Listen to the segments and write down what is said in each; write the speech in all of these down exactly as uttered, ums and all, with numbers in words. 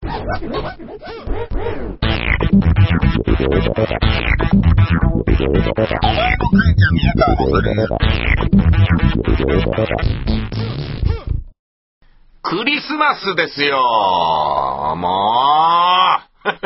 クリスマスですよ。も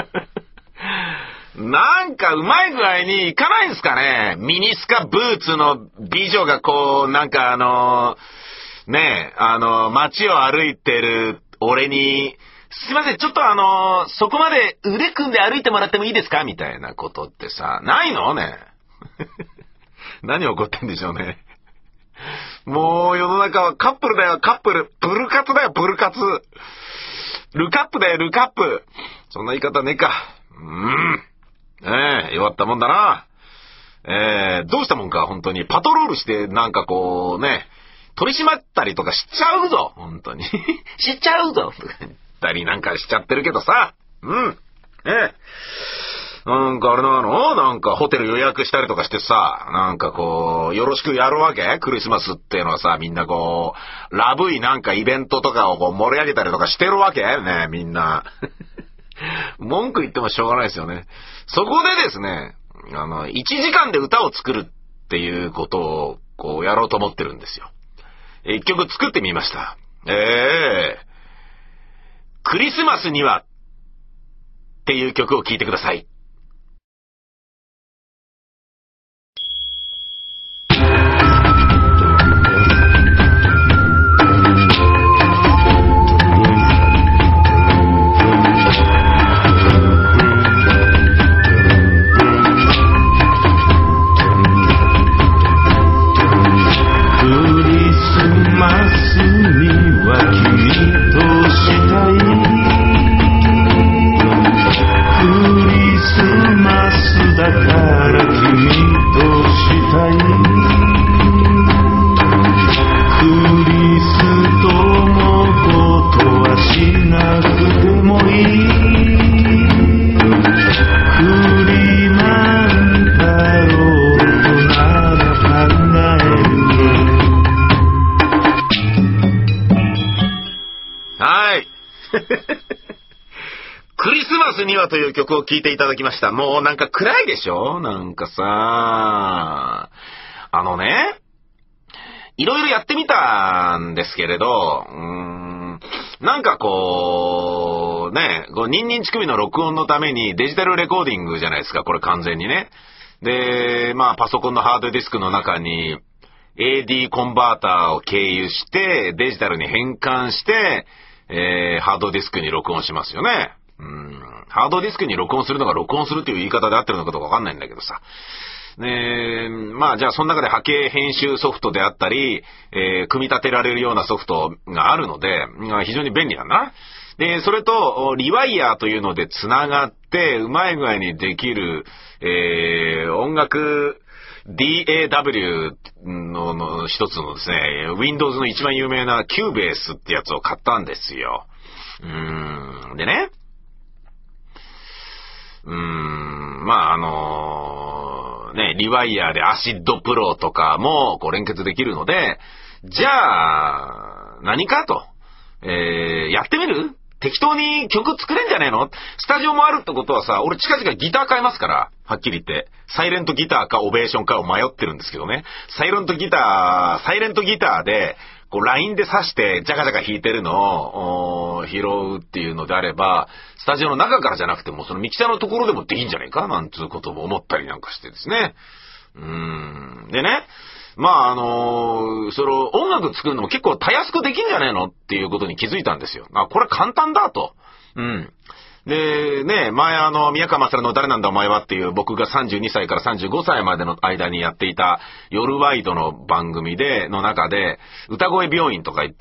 うなんかうまい具合にいかないんですかね。ミニスカブーツの美女がこうなんかあのねえあの街を歩いてる俺に、すいませんちょっとあのそこまで腕組んで歩いてもらってもいいですかみたいなことってさないのね。何起こってんでしょうね。もう世の中はカップルだよ、カップル。ブルカツだよ、ブルカツ。ルカップだよ、ルカップ。そんな言い方ねえか。うーん。ええ、弱ったもんだな。ええ、どうしたもんか、本当に。パトロールして、なんかこう、ね、取り締まったりとかしちゃうぞ、本当に。しちゃうぞ、とか言ったりなんかしちゃってるけどさ。うん。ええ。なんかあれなの？なんかホテル予約したりとかしてさ、なんかこう、よろしくやるわけ？クリスマスっていうのはさ、みんなこう、ラブいなんかイベントとかをこう盛り上げたりとかしてるわけね、みんな。文句言ってもしょうがないですよね。そこでですね、あの、いちじかんで歌を作るっていうことを、こう、やろうと思ってるんですよ。一曲作ってみました。ええー。クリスマスにはっていう曲を聴いてください。クリスマスにはという曲を聴いていただきました。もうなんか暗いでしょ？なんかさ、あのね、いろいろやってみたんですけれど、うーん、なんかこう、ね、こうニンニン乳首の録音のためにデジタルレコーディングじゃないですか、これ完全にね。で、まあパソコンのハードディスクの中に エーディー コンバーターを経由してデジタルに変換して、えー、ハードディスクに録音しますよね。うん、ハードディスクに録音するのが録音するという言い方で合ってるのかどうかわかんないんだけどさ。ね、まあじゃあその中で波形編集ソフトであったり、えー、組み立てられるようなソフトがあるので、非常に便利だな。で、それとリワイヤーというのでつながってうまい具合にできる、えー、音楽ディーエーダブリュー の, の一つのですね、Windows の一番有名な Cubase ってやつを買ったんですよ。うーん、でね、うーん、まああのー、ね、リワイヤーでアシッドプロとかもこう連結できるので、じゃあ何かと、えー、やってみる？適当に曲作れんじゃねえの？スタジオもあるってことはさ、俺近々ギター買いますから、はっきり言って。サイレントギターかオベーションかを迷ってるんですけどね。サイレントギター、サイレントギターで、こうラインで挿してジャカジャカ弾いてるのを拾うっていうのであれば、スタジオの中からじゃなくてもそのミキサーのところでもできんじゃねえかなんつうことも思ったりなんかしてですね。うーん。でね、まああのー、その音楽作るのも結構たやすくできんじゃねえのっていうことに気づいたんですよ。あ、これ簡単だと。うん。で、ね、前あの、宮川勝の誰なんだお前はっていう僕がさんじゅうにさいからさんじゅうごさいまでの間にやっていた夜ワイドの番組で、の中で、歌声病院とか言って、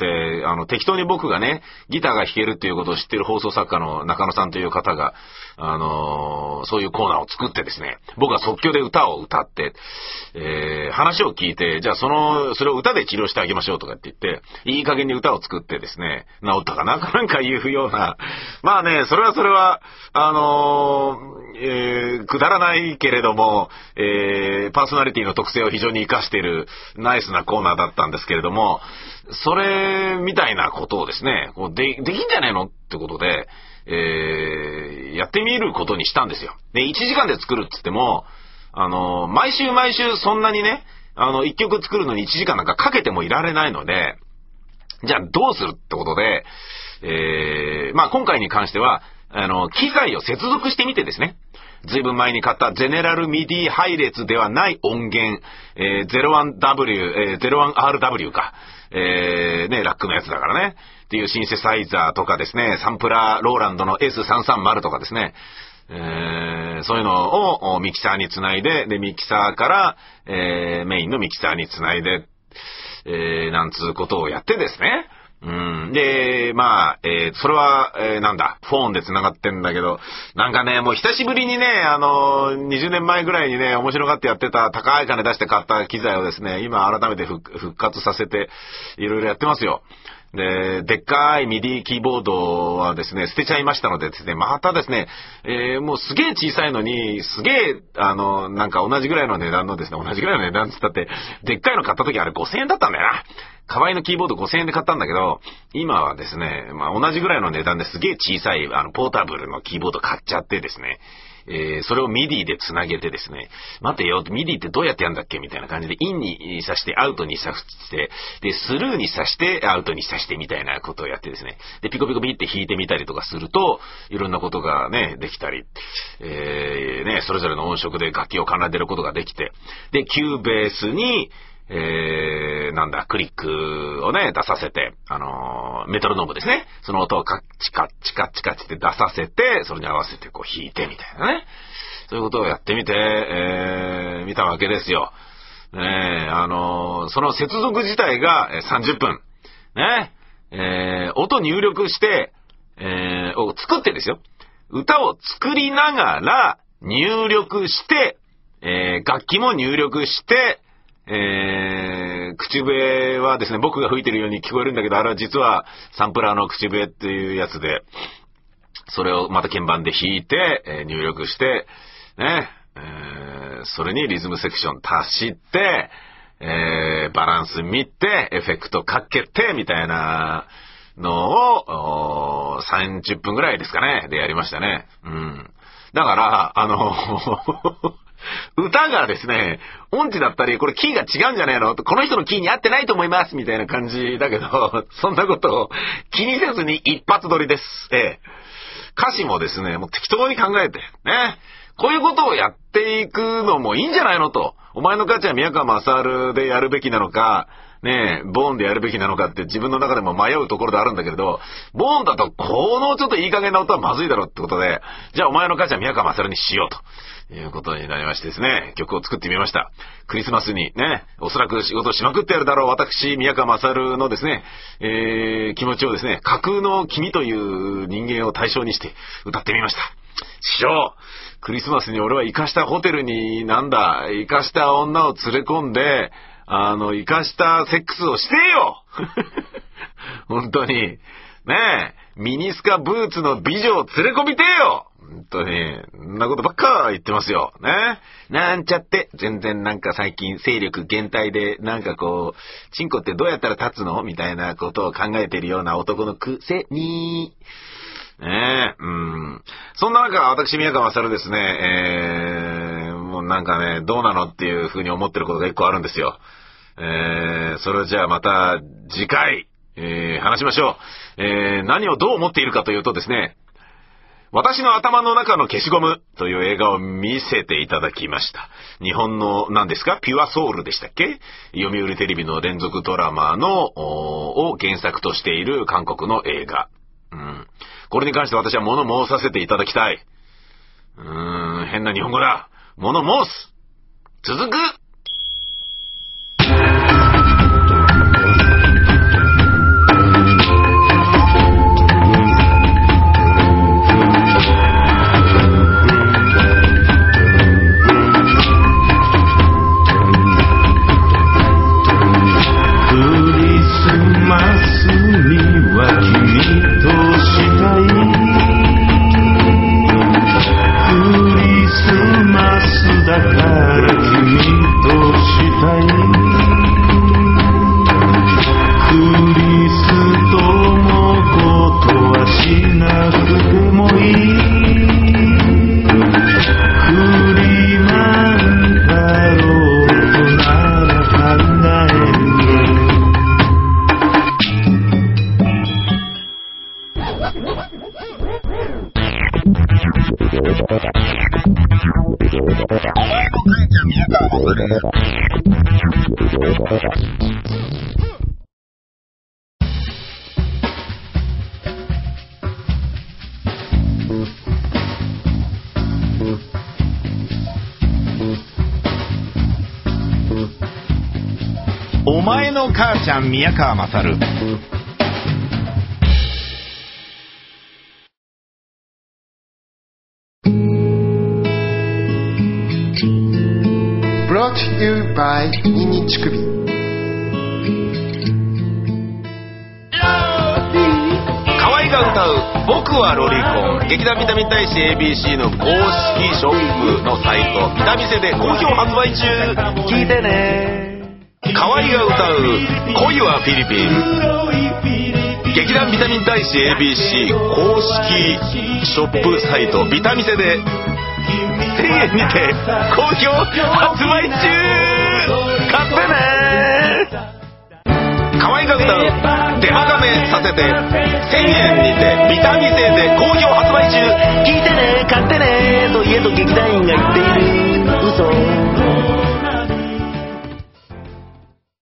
あの、適当に僕がね、ギターが弾けるっていうことを知っている放送作家の中野さんという方が、あのー、そういうコーナーを作ってですね、僕は即興で歌を歌って、えー、話を聞いて、じゃあその、それを歌で治療してあげましょうとかって言って、いい加減に歌を作ってですね、治ったかななんかいうような、まあね、それはそれは、あのー、えー、くだらないけれども、えー、パーソナリティの特性を非常に活かしているナイスなコーナーだったんですけれども、 それみたいなことをですね、こうで、できんじゃないのってことで、えー、やってみることにしたんですよ。で、いちじかんで作るって言っても、あの、毎週毎週そんなにね、あの、いっきょく作るのにいちじかんなんかかけてもいられないので、じゃあどうするってことで、えー、まあ今回に関しては、あの、機材を接続してみてですね、ずいぶん前に買ったゼネラルミディ配列ではない音源、えー、ゼロワンダブリュー、えー、ゼロワンアールダブリュー か、えー、ね、ラックのやつだからね、っていうシンセサイザーとかですね、サンプラーローランドの エスさんさんまる とかですね、えー、そういうのをミキサーにつないで、で、ミキサーから、えー、メインのミキサーにつないで、えー、なんつうことをやってですね、うん。で、まあ、えー、それは、えー、なんだ、フォンで繋がってんだけど、なんかね、もう久しぶりにね、あのー、にじゅうねんまえぐらいにね、面白がってやってた高い金出して買った機材をですね、今改めて復活させて、いろいろやってますよ。で、でっかいミディキーボードはですね、捨てちゃいましたのでですね、またですね、えー、もうすげえ小さいのに、すげえ、あの、なんか同じぐらいの値段のですね、同じぐらいの値段って言ったって、でっかいの買った時あれごせんえんだったんだよな。可愛いのキーボードごせんえんで買ったんだけど、今はですね、まあ同じぐらいの値段ですげえ小さい、あの、ポータブルのキーボード買っちゃってですね、えー、それをミディで繋げてですね、待てよ、ミディってどうやってやるんだっけみたいな感じで、インに挿してアウトに挿して、で、スルーに挿してアウトに挿してみたいなことをやってですね、で、ピコピコピって弾いてみたりとかすると、いろんなことがね、できたり、えー、ね、それぞれの音色で楽器を奏でることができて、で、キューベースに、えー、なんだ、クリックをね、出させて、あのー、メトロノームですね。その音をカッチカッチカッチカッチって出させて、それに合わせてこう弾いてみたいなね。そういうことをやってみて、えー、見たわけですよ。ねえ、あのー、その接続自体がさんじゅっぷん。ね。えー、音入力して、えー、を作ってですよ。歌を作りながら入力して、えー、楽器も入力して、えー、口笛はですね、僕が吹いてるように聞こえるんだけど、あれは実はサンプラーの口笛っていうやつで、それをまた鍵盤で弾いて、えー、入力して、ね、えー、それにリズムセクション足して、えー、バランス見て、エフェクトかけて、みたいなのを、さんじゅっぷんぐらいですかね、でやりましたね。うん。だから、あの、歌がですね、音痴だったり、これキーが違うんじゃないのこの人のキーに合ってないと思いますみたいな感じだけど、そんなことを気にせずに一発撮りです。ええ。歌詞もですね、もう適当に考えて、ね。こういうことをやっていくのもいいんじゃないのと。お前の価値は宮川勝でやるべきなのか、ねえ、ボーンでやるべきなのかって自分の中でも迷うところであるんだけれど、ボーンだとこのちょっといい加減な音はまずいだろうってことで、じゃあお前の価値は宮川勝にしようと。いうことになりましてですね、曲を作ってみました。クリスマスにね、おそらく仕事をしまくってやるだろう私、宮川勝のですね、えー、気持ちをですね、架空の君という人間を対象にして歌ってみました。師匠、クリスマスに俺は生かしたホテルになんだ、生かした女を連れ込んで、あの、生かしたセックスをしてよ本当に。ねえ、ミニスカブーツの美女を連れ込みてよ本当に、そんなことばっか言ってますよ。ね。なんちゃって、全然なんか最近勢力減退で、なんかこう、チンコってどうやったら立つのみたいなことを考えているような男のくせに、ねえ、うん。そんな中、私、宮川勝ですね、えー、もうなんかね、どうなのっていう風に思ってることが一個あるんですよ。えー、それをじゃあまた次回、えー、話しましょう。えー、何をどう思っているかというとですね、私の頭の中の消しゴムという映画を見せていただきました。日本の何ですかピュアソウルでしたっけ読売テレビの連続ドラマのを原作としている韓国の映画。うん、これに関して私は物申させていただきたい。うーん、変な日本語だ。物申す。続く。 だから君お前の母ちゃん宮川勝。 Brought to you by ニニチクビ。 河合が歌う僕はロリコン、劇団ビタミン大使 エービーシー の公式ショップのサイトビタミセで好評発売中。聞いてね。河合が歌う恋はフィリピン、劇団ビタミン大使 エービーシー 公式ショップサイトビタミセでせんえんにて好評発売中。買ってね。河合が歌うデマガメさせてせんえんにてビタミセで好評発売中。聞いてね、買ってねと家と劇団員が言っている嘘。